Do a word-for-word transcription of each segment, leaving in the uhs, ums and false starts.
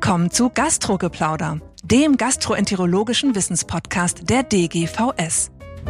Willkommen zu Gastrogeplauder, dem gastroenterologischen Wissenspodcast der D G V S.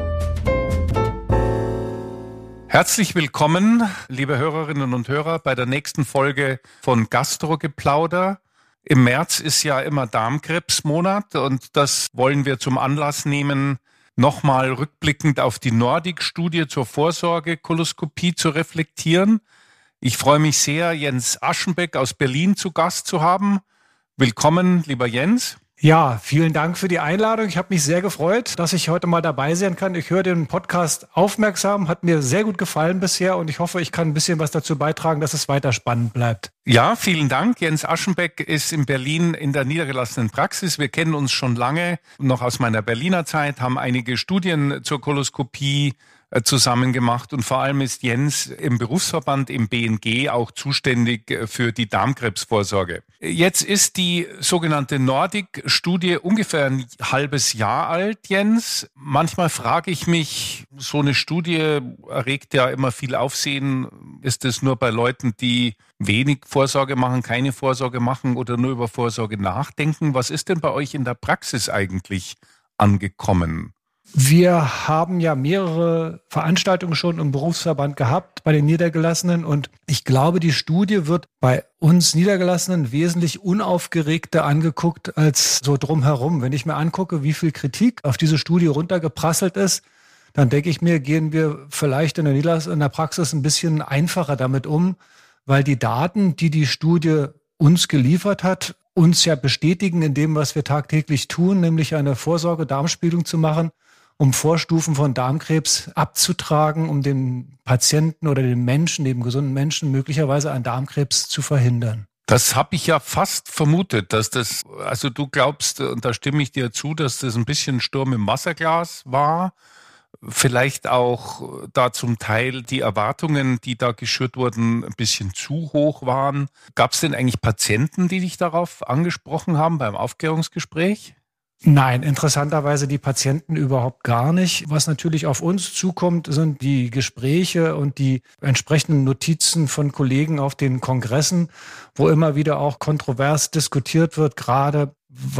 Herzlich willkommen, liebe Hörerinnen und Hörer, bei der nächsten Folge von Gastrogeplauder. Im März ist ja immer Darmkrebsmonat und das wollen wir zum Anlass nehmen, nochmal rückblickend auf die Nordic-Studie zur Vorsorgekoloskopie zu reflektieren. Ich freue mich sehr, Jens Aschenbeck aus Berlin zu Gast zu haben. Willkommen, lieber Jens. Ja, vielen Dank für die Einladung. Ich habe mich sehr gefreut, dass ich heute mal dabei sein kann. Ich höre den Podcast aufmerksam, hat mir sehr gut gefallen bisher und ich hoffe, ich kann ein bisschen was dazu beitragen, dass es weiter spannend bleibt. Ja, vielen Dank. Jens Aschenbeck ist in Berlin in der niedergelassenen Praxis. Wir kennen uns schon lange, noch aus meiner Berliner Zeit, haben einige Studien zur Koloskopie zusammen gemacht und vor allem ist Jens im Berufsverband im B N G auch zuständig für die Darmkrebsvorsorge. Jetzt ist die sogenannte Nordic-Studie ungefähr ein halbes Jahr alt, Jens. Manchmal frage ich mich, so eine Studie erregt ja immer viel Aufsehen. Ist es nur bei Leuten, die wenig Vorsorge machen, keine Vorsorge machen oder nur über Vorsorge nachdenken? Was ist denn bei euch in der Praxis eigentlich angekommen? Wir haben ja mehrere Veranstaltungen schon im Berufsverband gehabt bei den Niedergelassenen und ich glaube, die Studie wird bei uns Niedergelassenen wesentlich unaufgeregter angeguckt als so drumherum. Wenn ich mir angucke, wie viel Kritik auf diese Studie runtergeprasselt ist, dann denke ich mir, gehen wir vielleicht in der, Niederlass- in der Praxis ein bisschen einfacher damit um, weil die Daten, die die Studie uns geliefert hat, uns ja bestätigen in dem, was wir tagtäglich tun, nämlich eine Vorsorge-Darmspiegelung zu machen, um Vorstufen von Darmkrebs abzutragen, um den Patienten oder den Menschen, dem gesunden Menschen, möglicherweise einen Darmkrebs zu verhindern. Das habe ich ja fast vermutet, dass das, also du glaubst, und da stimme ich dir zu, dass das ein bisschen Sturm im Wasserglas war. Vielleicht auch da zum Teil die Erwartungen, die da geschürt wurden, ein bisschen zu hoch waren. Gab es denn eigentlich Patienten, die dich darauf angesprochen haben beim Aufklärungsgespräch? Nein, interessanterweise die Patienten überhaupt gar nicht. Was natürlich auf uns zukommt, sind die Gespräche und die entsprechenden Notizen von Kollegen auf den Kongressen, wo immer wieder auch kontrovers diskutiert wird, gerade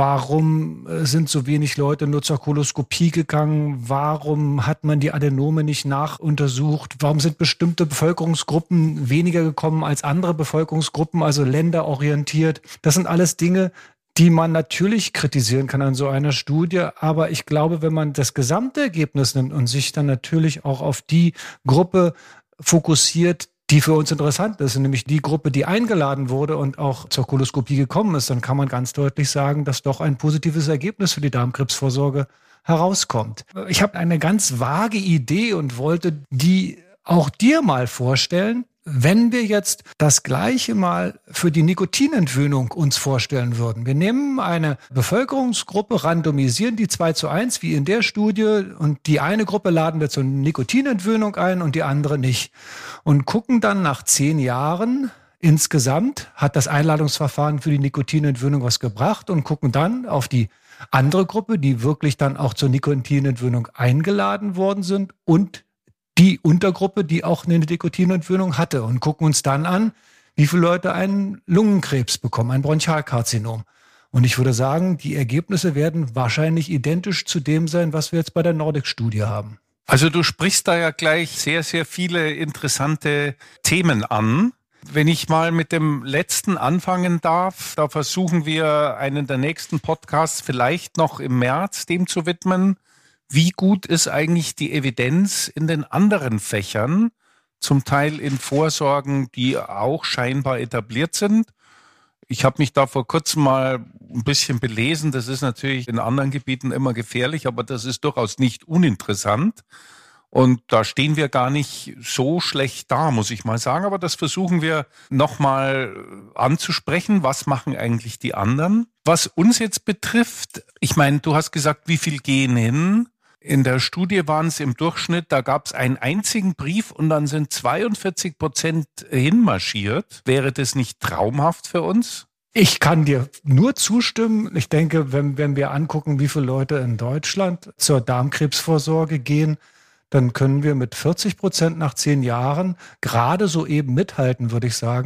warum sind so wenig Leute nur zur Koloskopie gegangen? Warum hat man die Adenome nicht nachuntersucht? Warum sind bestimmte Bevölkerungsgruppen weniger gekommen als andere Bevölkerungsgruppen, also länderorientiert? Das sind alles Dinge, die man natürlich kritisieren kann an so einer Studie. Aber ich glaube, wenn man das Gesamtergebnis nimmt und sich dann natürlich auch auf die Gruppe fokussiert, die für uns interessant ist, nämlich die Gruppe, die eingeladen wurde und auch zur Koloskopie gekommen ist, dann kann man ganz deutlich sagen, dass doch ein positives Ergebnis für die Darmkrebsvorsorge herauskommt. Ich habe eine ganz vage Idee und wollte die auch dir mal vorstellen. Wenn wir jetzt das Gleiche mal für die Nikotinentwöhnung uns vorstellen würden. Wir nehmen eine Bevölkerungsgruppe, randomisieren die zwei zu eins, wie in der Studie, und die eine Gruppe laden wir zur Nikotinentwöhnung ein und die andere nicht. Und gucken dann nach zehn Jahren insgesamt, hat das Einladungsverfahren für die Nikotinentwöhnung was gebracht, und gucken dann auf die andere Gruppe, die wirklich dann auch zur Nikotinentwöhnung eingeladen worden sind, und die Untergruppe, die auch eine Nikotinentwöhnung hatte, und gucken uns dann an, wie viele Leute einen Lungenkrebs bekommen, ein Bronchialkarzinom. Und ich würde sagen, die Ergebnisse werden wahrscheinlich identisch zu dem sein, was wir jetzt bei der Nordic-Studie haben. Also du sprichst da ja gleich sehr, sehr viele interessante Themen an. Wenn ich mal mit dem letzten anfangen darf, da versuchen wir einen der nächsten Podcasts vielleicht noch im März dem zu widmen. Wie gut ist eigentlich die Evidenz in den anderen Fächern, zum Teil in Vorsorgen, die auch scheinbar etabliert sind? Ich habe mich da vor kurzem mal ein bisschen belesen. Das ist natürlich in anderen Gebieten immer gefährlich, aber das ist durchaus nicht uninteressant. Und da stehen wir gar nicht so schlecht da, muss ich mal sagen. Aber das versuchen wir nochmal anzusprechen. Was machen eigentlich die anderen? Was uns jetzt betrifft, ich meine, du hast gesagt, wie viel gehen hin? In der Studie waren es im Durchschnitt, da gab es einen einzigen Brief und dann sind zweiundvierzig Prozent hinmarschiert. Wäre das nicht traumhaft für uns? Ich kann dir nur zustimmen. Ich denke, wenn, wenn wir angucken, wie viele Leute in Deutschland zur Darmkrebsvorsorge gehen, dann können wir mit vierzig Prozent nach zehn Jahren gerade so eben mithalten, würde ich sagen.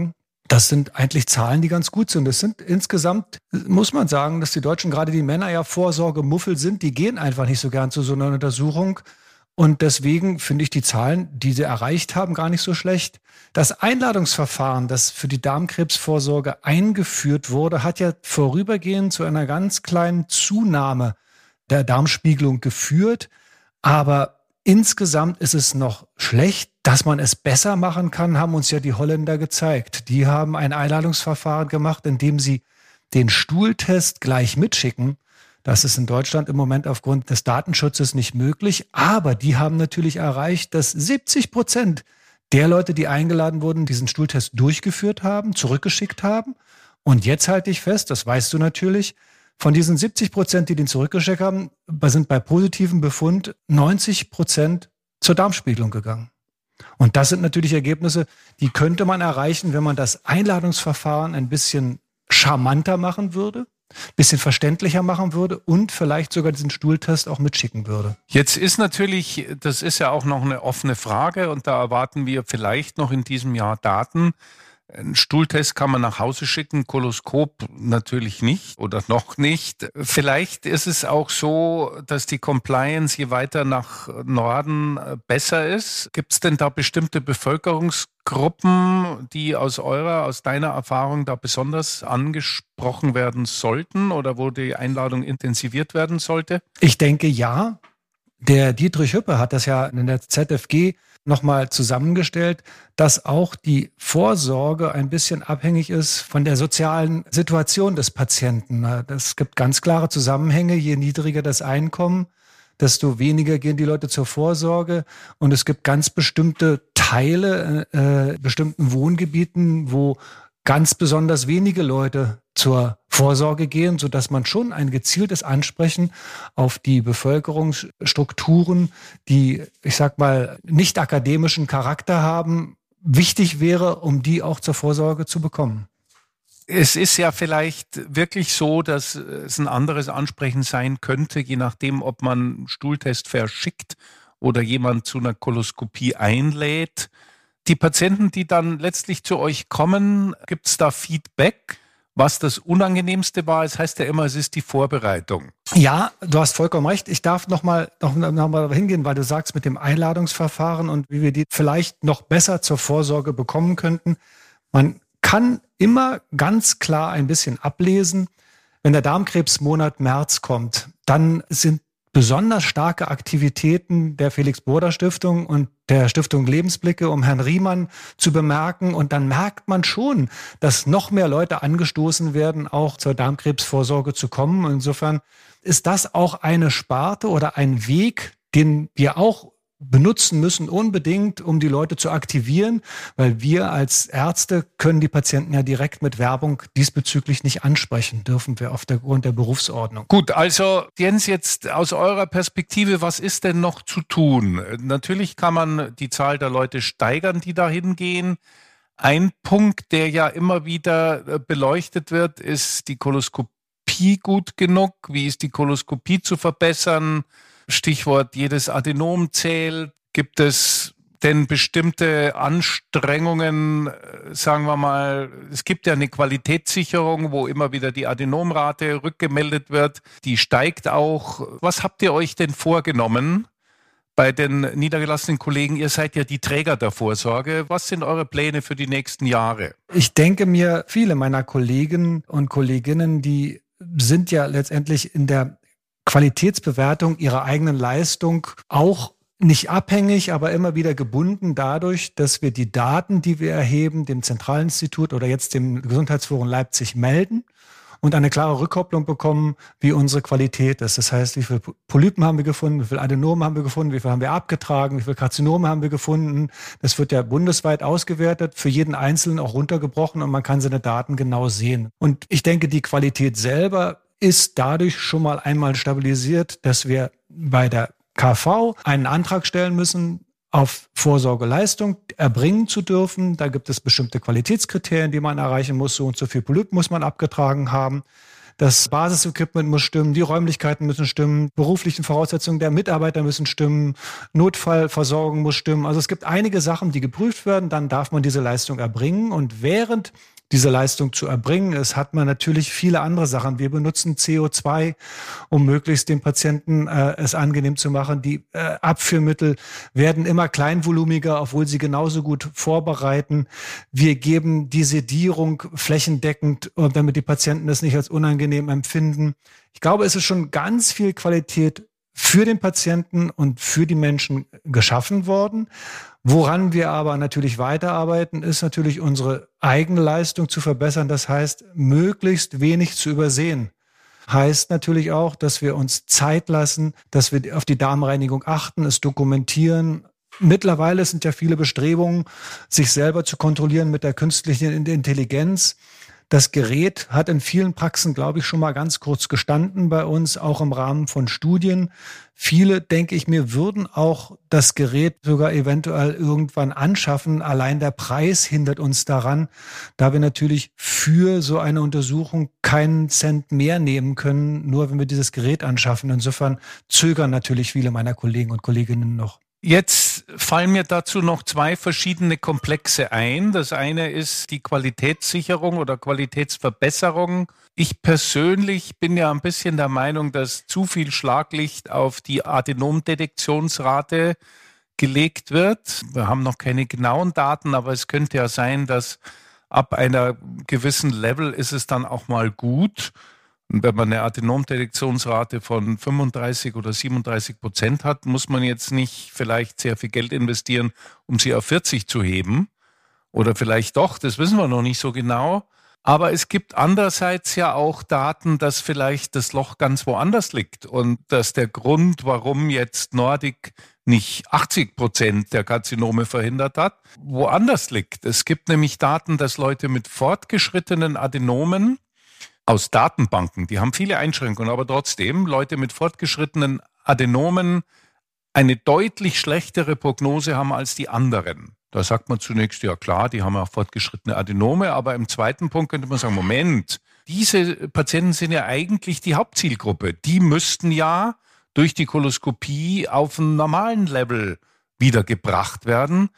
Das sind eigentlich Zahlen, die ganz gut sind. Das sind insgesamt, muss man sagen, dass die Deutschen, gerade die Männer, ja Vorsorgemuffel sind. Die gehen einfach nicht so gern zu so einer Untersuchung. Und deswegen finde ich die Zahlen, die sie erreicht haben, gar nicht so schlecht. Das Einladungsverfahren, das für die Darmkrebsvorsorge eingeführt wurde, hat ja vorübergehend zu einer ganz kleinen Zunahme der Darmspiegelung geführt. Aber insgesamt ist es noch schlecht. Dass man es besser machen kann, haben uns ja die Holländer gezeigt. Die haben ein Einladungsverfahren gemacht, indem sie den Stuhltest gleich mitschicken. Das ist in Deutschland im Moment aufgrund des Datenschutzes nicht möglich. Aber die haben natürlich erreicht, dass siebzig Prozent der Leute, die eingeladen wurden, diesen Stuhltest durchgeführt haben, zurückgeschickt haben. Und jetzt halte ich fest, das weißt du natürlich, von diesen siebzig Prozent, die den zurückgeschickt haben, sind bei positivem Befund neunzig Prozent zur Darmspiegelung gegangen. Und das sind natürlich Ergebnisse, die könnte man erreichen, wenn man das Einladungsverfahren ein bisschen charmanter machen würde, ein bisschen verständlicher machen würde und vielleicht sogar diesen Stuhltest auch mitschicken würde. Jetzt ist natürlich, das ist ja auch noch eine offene Frage und da erwarten wir vielleicht noch in diesem Jahr Daten. Ein Stuhltest kann man nach Hause schicken, Koloskop natürlich nicht oder noch nicht. Vielleicht ist es auch so, dass die Compliance je weiter nach Norden besser ist. Gibt es denn da bestimmte Bevölkerungsgruppen, die aus eurer, aus deiner Erfahrung da besonders angesprochen werden sollten oder wo die Einladung intensiviert werden sollte? Ich denke ja. Der Dietrich Hüppe hat das ja in der Z F G nochmal zusammengestellt, dass auch die Vorsorge ein bisschen abhängig ist von der sozialen Situation des Patienten. Es gibt ganz klare Zusammenhänge. Je niedriger das Einkommen, desto weniger gehen die Leute zur Vorsorge. Und es gibt ganz bestimmte Teile, äh, bestimmten Wohngebieten, wo ganz besonders wenige Leute zur Vorsorge gehen, sodass man schon ein gezieltes Ansprechen auf die Bevölkerungsstrukturen, die, ich sag mal, nicht akademischen Charakter haben, wichtig wäre, um die auch zur Vorsorge zu bekommen. Es ist ja vielleicht wirklich so, dass es ein anderes Ansprechen sein könnte, je nachdem, ob man einen Stuhltest verschickt oder jemand zu einer Koloskopie einlädt. Die Patienten, die dann letztlich zu euch kommen, gibt es da Feedback, was das Unangenehmste war? Es heißt ja immer, es ist die Vorbereitung. Ja, du hast vollkommen recht. Ich darf noch mal, noch, noch mal hingehen, weil du sagst mit dem Einladungsverfahren und wie wir die vielleicht noch besser zur Vorsorge bekommen könnten. Man kann immer ganz klar ein bisschen ablesen, wenn der Darmkrebsmonat März kommt, dann sind besonders starke Aktivitäten der Felix-Burda-Stiftung und der Stiftung Lebensblicke um Herrn Riemann zu bemerken. Und dann merkt man schon, dass noch mehr Leute angestoßen werden, auch zur Darmkrebsvorsorge zu kommen. Insofern ist das auch eine Sparte oder ein Weg, den wir auch benutzen müssen, unbedingt, um die Leute zu aktivieren, weil wir als Ärzte können die Patienten ja direkt mit Werbung diesbezüglich nicht ansprechen, dürfen wir aufgrund der Berufsordnung. Gut, also Jens, jetzt aus eurer Perspektive, was ist denn noch zu tun? Natürlich kann man die Zahl der Leute steigern, die da hingehen. Ein Punkt, der ja immer wieder beleuchtet wird, ist die Koloskopie gut genug? Wie ist die Koloskopie zu verbessern? Stichwort, jedes Adenom zählt. Gibt es denn bestimmte Anstrengungen, sagen wir mal, es gibt ja eine Qualitätssicherung, wo immer wieder die Adenomrate rückgemeldet wird, die steigt auch. Was habt ihr euch denn vorgenommen bei den niedergelassenen Kollegen? Ihr seid ja die Träger der Vorsorge. Was sind eure Pläne für die nächsten Jahre? Ich denke mir, viele meiner Kollegen und Kolleginnen, die sind ja letztendlich in der Qualitätsbewertung ihrer eigenen Leistung auch nicht abhängig, aber immer wieder gebunden dadurch, dass wir die Daten, die wir erheben, dem Zentralinstitut oder jetzt dem Gesundheitsforum Leipzig melden und eine klare Rückkopplung bekommen, wie unsere Qualität ist. Das heißt, wie viele Polypen haben wir gefunden, wie viele Adenomen haben wir gefunden, wie viel haben wir abgetragen, wie viele Karzinome haben wir gefunden. Das wird ja bundesweit ausgewertet, für jeden Einzelnen auch runtergebrochen und man kann seine Daten genau sehen. Und ich denke, die Qualität selber ist dadurch schon mal einmal stabilisiert, dass wir bei der K V einen Antrag stellen müssen, auf Vorsorgeleistung erbringen zu dürfen. Da gibt es bestimmte Qualitätskriterien, die man erreichen muss. So und so viel Polyp muss man abgetragen haben. Das Basisequipment muss stimmen, die Räumlichkeiten müssen stimmen, beruflichen Voraussetzungen der Mitarbeiter müssen stimmen, Notfallversorgung muss stimmen. Also es gibt einige Sachen, die geprüft werden, dann darf man diese Leistung erbringen. Und während diese Leistung zu erbringen. Es hat man natürlich viele andere Sachen. Wir benutzen C O zwei, um möglichst dem Patienten äh, es angenehm zu machen. Die äh, Abführmittel werden immer kleinvolumiger, obwohl sie genauso gut vorbereiten. Wir geben die Sedierung flächendeckend, damit die Patienten das nicht als unangenehm empfinden. Ich glaube, es ist schon ganz viel Qualität für den Patienten und für die Menschen geschaffen worden. Woran wir aber natürlich weiterarbeiten, ist natürlich unsere eigene Leistung zu verbessern. Das heißt, möglichst wenig zu übersehen. Heißt natürlich auch, dass wir uns Zeit lassen, dass wir auf die Darmreinigung achten, es dokumentieren. Mittlerweile sind ja viele Bestrebungen, sich selber zu kontrollieren mit der künstlichen Intelligenz. Das Gerät hat in vielen Praxen, glaube ich, schon mal ganz kurz gestanden bei uns, auch im Rahmen von Studien. Viele, denke ich mir, würden auch das Gerät sogar eventuell irgendwann anschaffen. Allein der Preis hindert uns daran, da wir natürlich für so eine Untersuchung keinen Cent mehr nehmen können, nur wenn wir dieses Gerät anschaffen. Insofern zögern natürlich viele meiner Kollegen und Kolleginnen noch. Jetzt fallen mir dazu noch zwei verschiedene Komplexe ein. Das eine ist die Qualitätssicherung oder Qualitätsverbesserung. Ich persönlich bin ja ein bisschen der Meinung, dass zu viel Schlaglicht auf die Adenomdetektionsrate gelegt wird. Wir haben noch keine genauen Daten, aber es könnte ja sein, dass ab einer gewissen Level ist es dann auch mal gut. Und wenn man eine Adenomdetektionsrate von fünfunddreißig oder siebenunddreißig Prozent hat, muss man jetzt nicht vielleicht sehr viel Geld investieren, um sie auf vierzig zu heben. Oder vielleicht doch, das wissen wir noch nicht so genau. Aber es gibt andererseits ja auch Daten, dass vielleicht das Loch ganz woanders liegt und dass der Grund, warum jetzt Nordic nicht achtzig Prozent der Karzinome verhindert hat, woanders liegt. Es gibt nämlich Daten, dass Leute mit fortgeschrittenen Adenomen aus Datenbanken, die haben viele Einschränkungen, aber trotzdem Leute mit fortgeschrittenen Adenomen eine deutlich schlechtere Prognose haben als die anderen. Da sagt man zunächst, ja klar, die haben auch fortgeschrittene Adenome, aber im zweiten Punkt könnte man sagen, Moment, diese Patienten sind ja eigentlich die Hauptzielgruppe. Die müssten ja durch die Koloskopie auf einen normalen Level wiedergebracht werden.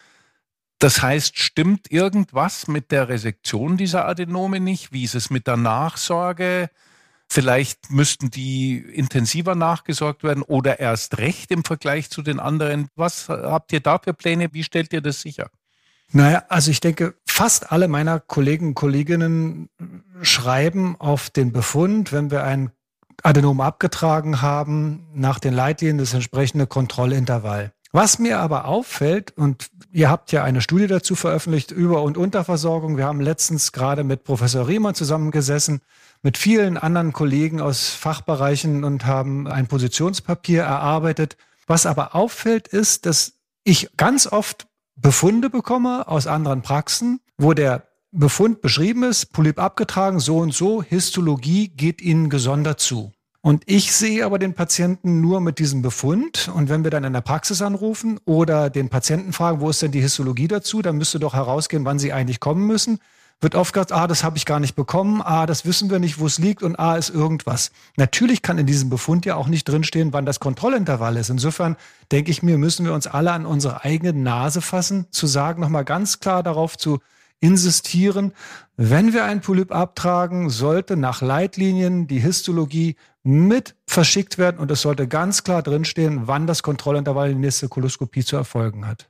Das heißt, stimmt irgendwas mit der Resektion dieser Adenome nicht? Wie ist es mit der Nachsorge? Vielleicht müssten die intensiver nachgesorgt werden oder erst recht im Vergleich zu den anderen. Was habt ihr da für Pläne? Wie stellt ihr das sicher? Naja, also ich denke, fast alle meiner Kollegen und Kolleginnen schreiben auf den Befund, wenn wir ein Adenom abgetragen haben, nach den Leitlinien das entsprechende Kontrollintervall. Was mir aber auffällt, und ihr habt ja eine Studie dazu veröffentlicht, Über- und Unterversorgung. Wir haben letztens gerade mit Professor Riemann zusammengesessen, mit vielen anderen Kollegen aus Fachbereichen und haben ein Positionspapier erarbeitet. Was aber auffällt, ist, dass ich ganz oft Befunde bekomme aus anderen Praxen, wo der Befund beschrieben ist, Polyp abgetragen, so und so, Histologie geht Ihnen gesondert zu. Und ich sehe aber den Patienten nur mit diesem Befund. Und wenn wir dann in der Praxis anrufen oder den Patienten fragen, wo ist denn die Histologie dazu, dann müsste doch herausgehen, wann sie eigentlich kommen müssen. Wird oft gesagt, ah, das habe ich gar nicht bekommen, ah, das wissen wir nicht, wo es liegt und ah, ist irgendwas. Natürlich kann in diesem Befund ja auch nicht drinstehen, wann das Kontrollintervall ist. Insofern denke ich mir, müssen wir uns alle an unsere eigene Nase fassen, zu sagen, nochmal ganz klar darauf zu insistieren, wenn wir ein Polyp abtragen, sollte nach Leitlinien die Histologie mit verschickt werden und es sollte ganz klar drinstehen, wann das Kontrollintervall die nächste Koloskopie zu erfolgen hat.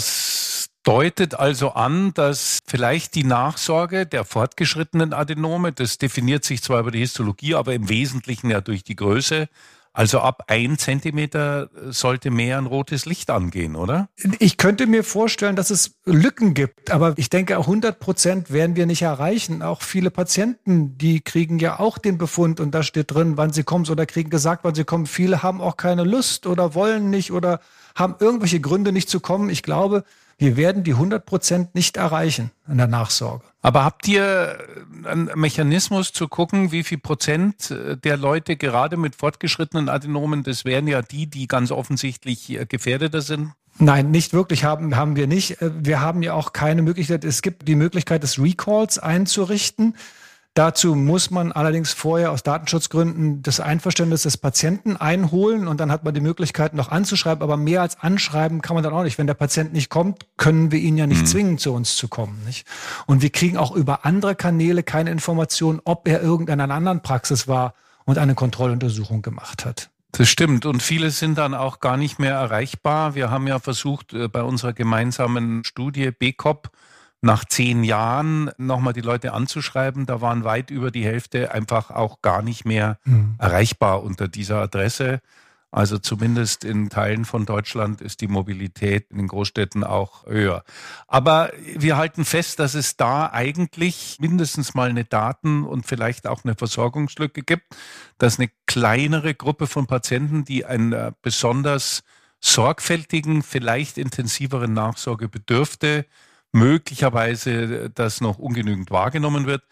Das deutet also an, dass vielleicht die Nachsorge der fortgeschrittenen Adenome, das definiert sich zwar über die Histologie, aber im Wesentlichen ja durch die Größe, also ab ein Zentimeter sollte mehr ein rotes Licht angehen, oder? Ich könnte mir vorstellen, dass es Lücken gibt, aber ich denke, hundert Prozent werden wir nicht erreichen. Auch viele Patienten, die kriegen ja auch den Befund und da steht drin, wann sie kommen oder kriegen gesagt, wann sie kommen. Viele haben auch keine Lust oder wollen nicht oder haben irgendwelche Gründe nicht zu kommen. Ich glaube, wir werden die hundert Prozent nicht erreichen in der Nachsorge. Aber habt ihr einen Mechanismus zu gucken, wie viel Prozent der Leute gerade mit fortgeschrittenen Adenomen, das wären ja die, die ganz offensichtlich gefährdeter sind? Nein, nicht wirklich haben, haben wir nicht. Wir haben ja auch keine Möglichkeit, es gibt die Möglichkeit des Recalls einzurichten. Dazu muss man allerdings vorher aus Datenschutzgründen das Einverständnis des Patienten einholen und dann hat man die Möglichkeit noch anzuschreiben, aber mehr als anschreiben kann man dann auch nicht. Wenn der Patient nicht kommt, können wir ihn ja nicht mhm. zwingen, zu uns zu kommen. Nicht? Und wir kriegen auch über andere Kanäle keine Information, ob er irgendeiner anderen Praxis war und eine Kontrolluntersuchung gemacht hat. Das stimmt. Und viele sind dann auch gar nicht mehr erreichbar. Wir haben ja versucht, bei unserer gemeinsamen Studie B K O P nach zehn Jahren nochmal die Leute anzuschreiben. Da waren weit über die Hälfte einfach auch gar nicht mehr mhm. erreichbar unter dieser Adresse. Also zumindest in Teilen von Deutschland ist die Mobilität in den Großstädten auch höher. Aber wir halten fest, dass es da eigentlich mindestens mal eine Daten- und vielleicht auch eine Versorgungslücke gibt, dass eine kleinere Gruppe von Patienten, die einer besonders sorgfältigen, vielleicht intensiveren Nachsorge bedürfte, möglicherweise das noch ungenügend wahrgenommen wird.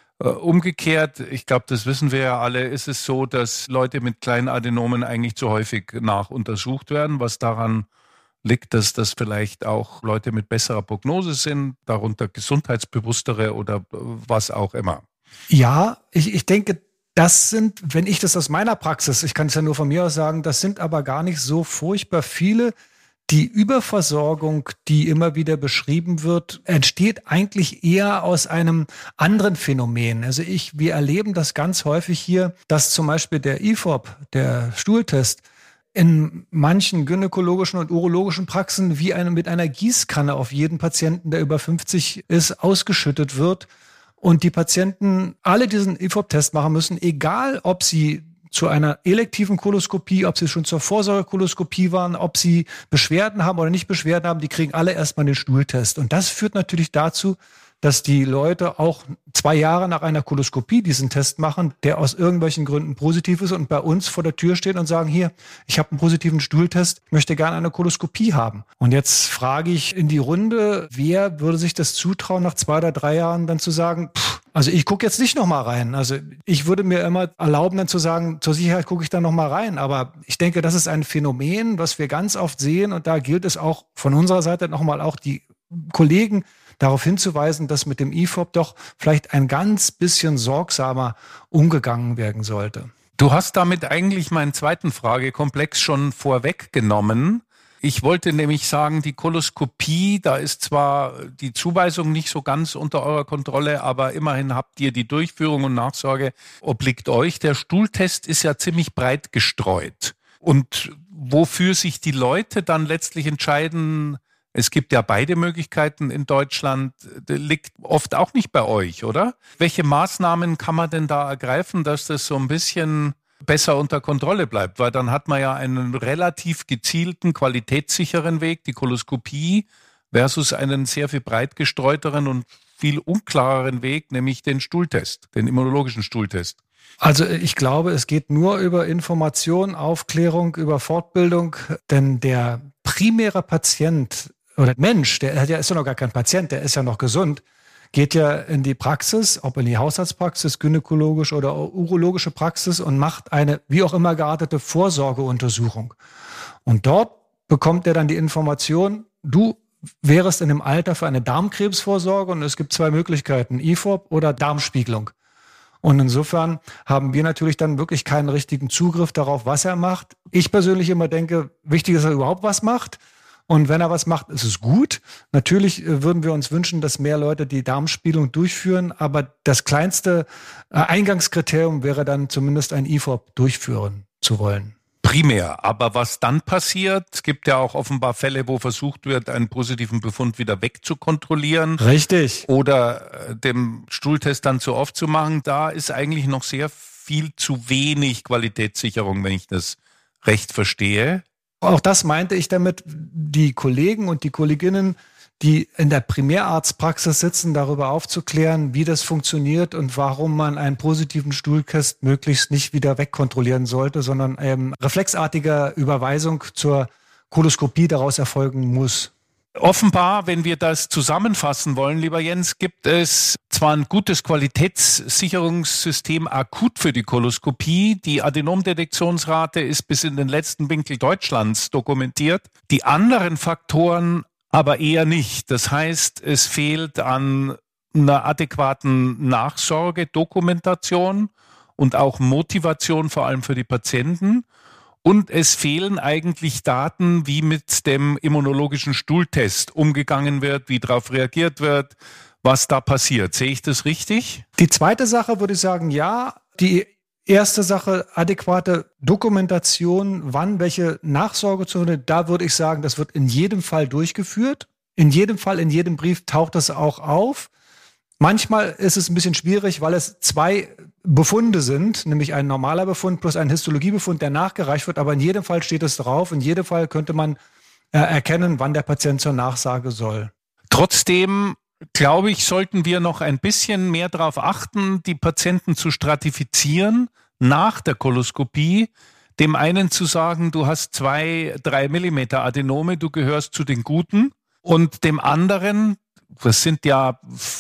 Umgekehrt, ich glaube, das wissen wir ja alle, ist es so, dass Leute mit kleinen Adenomen eigentlich zu häufig nachuntersucht werden, was daran liegt, dass das vielleicht auch Leute mit besserer Prognose sind, darunter gesundheitsbewusstere oder was auch immer. Ja, ich, ich denke, das sind, wenn ich das aus meiner Praxis, ich kann es ja nur von mir aus sagen, das sind aber gar nicht so furchtbar viele. Die Überversorgung, die immer wieder beschrieben wird, entsteht eigentlich eher aus einem anderen Phänomen. Also ich, wir erleben das ganz häufig hier, dass zum Beispiel der I F O P, der Stuhltest, in manchen gynäkologischen und urologischen Praxen wie eine, mit einer Gießkanne auf jeden Patienten, der über fünfzig ist, ausgeschüttet wird und die Patienten alle diesen I F O P-Test machen müssen, egal ob sie zu einer elektiven Koloskopie, ob sie schon zur Vorsorgekoloskopie waren, ob sie Beschwerden haben oder nicht Beschwerden haben, die kriegen alle erstmal den Stuhltest. Und das führt natürlich dazu, dass die Leute auch zwei Jahre nach einer Koloskopie diesen Test machen, der aus irgendwelchen Gründen positiv ist und bei uns vor der Tür stehen und sagen, hier, ich habe einen positiven Stuhltest, möchte gerne eine Koloskopie haben. Und jetzt frage ich in die Runde, wer würde sich das zutrauen, nach zwei oder drei Jahren dann zu sagen, pff, also ich gucke jetzt nicht nochmal rein. Also ich würde mir immer erlauben, dann zu sagen, zur Sicherheit gucke ich da nochmal rein. Aber ich denke, das ist ein Phänomen, was wir ganz oft sehen. Und da gilt es auch von unserer Seite nochmal auch die Kollegen darauf hinzuweisen, dass mit dem I F O P doch vielleicht ein ganz bisschen sorgsamer umgegangen werden sollte. Du hast damit eigentlich meinen zweiten Fragekomplex schon vorweggenommen. Ich wollte nämlich sagen, die Koloskopie, da ist zwar die Zuweisung nicht so ganz unter eurer Kontrolle, aber immerhin habt ihr die Durchführung und Nachsorge, obliegt euch. Der Stuhltest ist ja ziemlich breit gestreut. Und wofür sich die Leute dann letztlich entscheiden, es gibt ja beide Möglichkeiten in Deutschland, liegt oft auch nicht bei euch, oder? Welche Maßnahmen kann man denn da ergreifen, dass das so ein bisschen besser unter Kontrolle bleibt? Weil dann hat man ja einen relativ gezielten, qualitätssicheren Weg, die Koloskopie, versus einen sehr viel breit gestreuteren und viel unklareren Weg, nämlich den Stuhltest, den immunologischen Stuhltest. Also ich glaube, es geht nur über Information, Aufklärung, über Fortbildung, denn der primäre Patient oder Mensch, der ist ja noch gar kein Patient, der ist ja noch gesund, geht ja in die Praxis, ob in die Hausarztpraxis, gynäkologische oder urologische Praxis und macht eine wie auch immer geartete Vorsorgeuntersuchung. Und dort bekommt er dann die Information, du wärest in dem Alter für eine Darmkrebsvorsorge und es gibt zwei Möglichkeiten, I F O P oder Darmspiegelung. Und insofern haben wir natürlich dann wirklich keinen richtigen Zugriff darauf, was er macht. Ich persönlich immer denke, wichtig ist, dass er überhaupt was macht. Und wenn er was macht, ist es gut. Natürlich würden wir uns wünschen, dass mehr Leute die Darmspiegelung durchführen. Aber das kleinste Eingangskriterium wäre dann zumindest ein I F O P durchführen zu wollen. Primär. Aber was dann passiert, es gibt ja auch offenbar Fälle, wo versucht wird, einen positiven Befund wieder wegzukontrollieren. Richtig. Oder dem Stuhltest dann zu oft zu machen. Da ist eigentlich noch sehr viel zu wenig Qualitätssicherung, wenn ich das recht verstehe. Auch das meinte ich damit, die Kollegen und die Kolleginnen, die in der Primärarztpraxis sitzen, darüber aufzuklären, wie das funktioniert und warum man einen positiven Stuhltest möglichst nicht wieder wegkontrollieren sollte, sondern ähm, reflexartiger Überweisung zur Koloskopie daraus erfolgen muss. Offenbar, wenn wir das zusammenfassen wollen, lieber Jens, gibt es zwar ein gutes Qualitätssicherungssystem akut für die Koloskopie. Die Adenomdetektionsrate ist bis in den letzten Winkel Deutschlands dokumentiert. Die anderen Faktoren aber eher nicht. Das heißt, es fehlt an einer adäquaten Nachsorge, Dokumentation und auch Motivation, vor allem für die Patienten. Und es fehlen eigentlich Daten, wie mit dem immunologischen Stuhltest umgegangen wird, wie darauf reagiert wird, was da passiert. Sehe ich das richtig? Die zweite Sache würde ich sagen, ja. Die erste Sache, adäquate Dokumentation, wann welche Nachsorge zu tun, da würde ich sagen, das wird in jedem Fall durchgeführt. In jedem Fall, in jedem Brief taucht das auch auf. Manchmal ist es ein bisschen schwierig, weil es zwei Befunde sind, nämlich ein normaler Befund plus ein Histologiebefund, der nachgereicht wird. Aber in jedem Fall steht es drauf. In jedem Fall könnte man äh, erkennen, wann der Patient zur Nachsage soll. Trotzdem, glaube ich, sollten wir noch ein bisschen mehr darauf achten, die Patienten zu stratifizieren nach der Koloskopie. Dem einen zu sagen, du hast zwei, drei Millimeter Adenome, du gehörst zu den Guten. Und dem anderen, das sind ja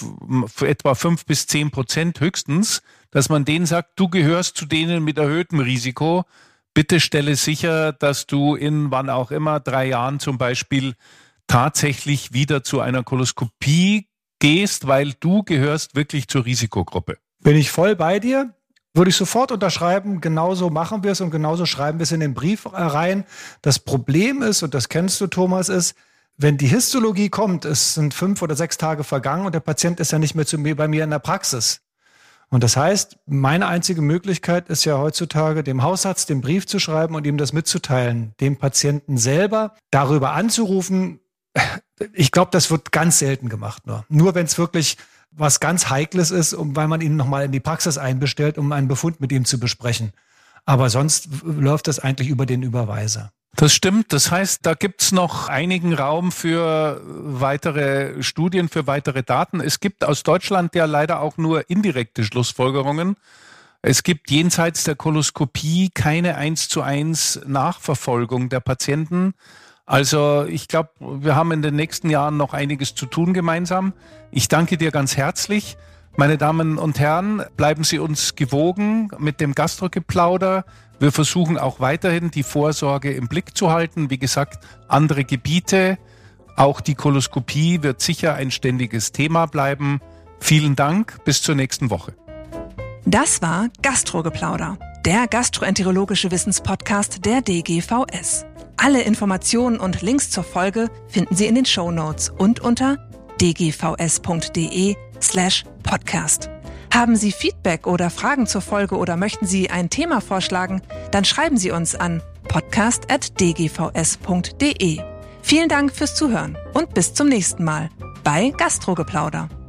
für etwa fünf bis zehn Prozent höchstens, dass man denen sagt, du gehörst zu denen mit erhöhtem Risiko. Bitte stelle sicher, dass du in wann auch immer, drei Jahren zum Beispiel, tatsächlich wieder zu einer Koloskopie gehst, weil du gehörst wirklich zur Risikogruppe. Bin ich voll bei dir? Würde ich sofort unterschreiben, genauso machen wir es und genauso schreiben wir es in den Brief rein. Das Problem ist, und das kennst du, Thomas, ist, wenn die Histologie kommt, es sind fünf oder sechs Tage vergangen und der Patient ist ja nicht mehr zu mir, bei mir in der Praxis. Und das heißt, meine einzige Möglichkeit ist ja heutzutage, dem Hausarzt den Brief zu schreiben und ihm das mitzuteilen, dem Patienten selber darüber anzurufen. Ich glaube, das wird ganz selten gemacht. Nur, nur wenn es wirklich was ganz Heikles ist, um, weil man ihn nochmal in die Praxis einbestellt, um einen Befund mit ihm zu besprechen. Aber sonst läuft das eigentlich über den Überweiser. Das stimmt. Das heißt, da gibt's noch einigen Raum für weitere Studien, für weitere Daten. Es gibt aus Deutschland ja leider auch nur indirekte Schlussfolgerungen. Es gibt jenseits der Koloskopie keine eins zu eins Nachverfolgung der Patienten. Also ich glaube, wir haben in den nächsten Jahren noch einiges zu tun gemeinsam. Ich danke dir ganz herzlich. Meine Damen und Herren, bleiben Sie uns gewogen mit dem Gastrogeplauder. Wir versuchen auch weiterhin die Vorsorge im Blick zu halten. Wie gesagt, andere Gebiete, auch die Koloskopie wird sicher ein ständiges Thema bleiben. Vielen Dank, bis zur nächsten Woche. Das war Gastrogeplauder, der gastroenterologische Wissenspodcast der D G V S. Alle Informationen und Links zur Folge finden Sie in den Shownotes und unter dgvs.de slash podcast. Haben Sie Feedback oder Fragen zur Folge oder möchten Sie ein Thema vorschlagen, dann schreiben Sie uns an podcast at dgvs.de. Vielen Dank fürs Zuhören und bis zum nächsten Mal bei Gastrogeplauder.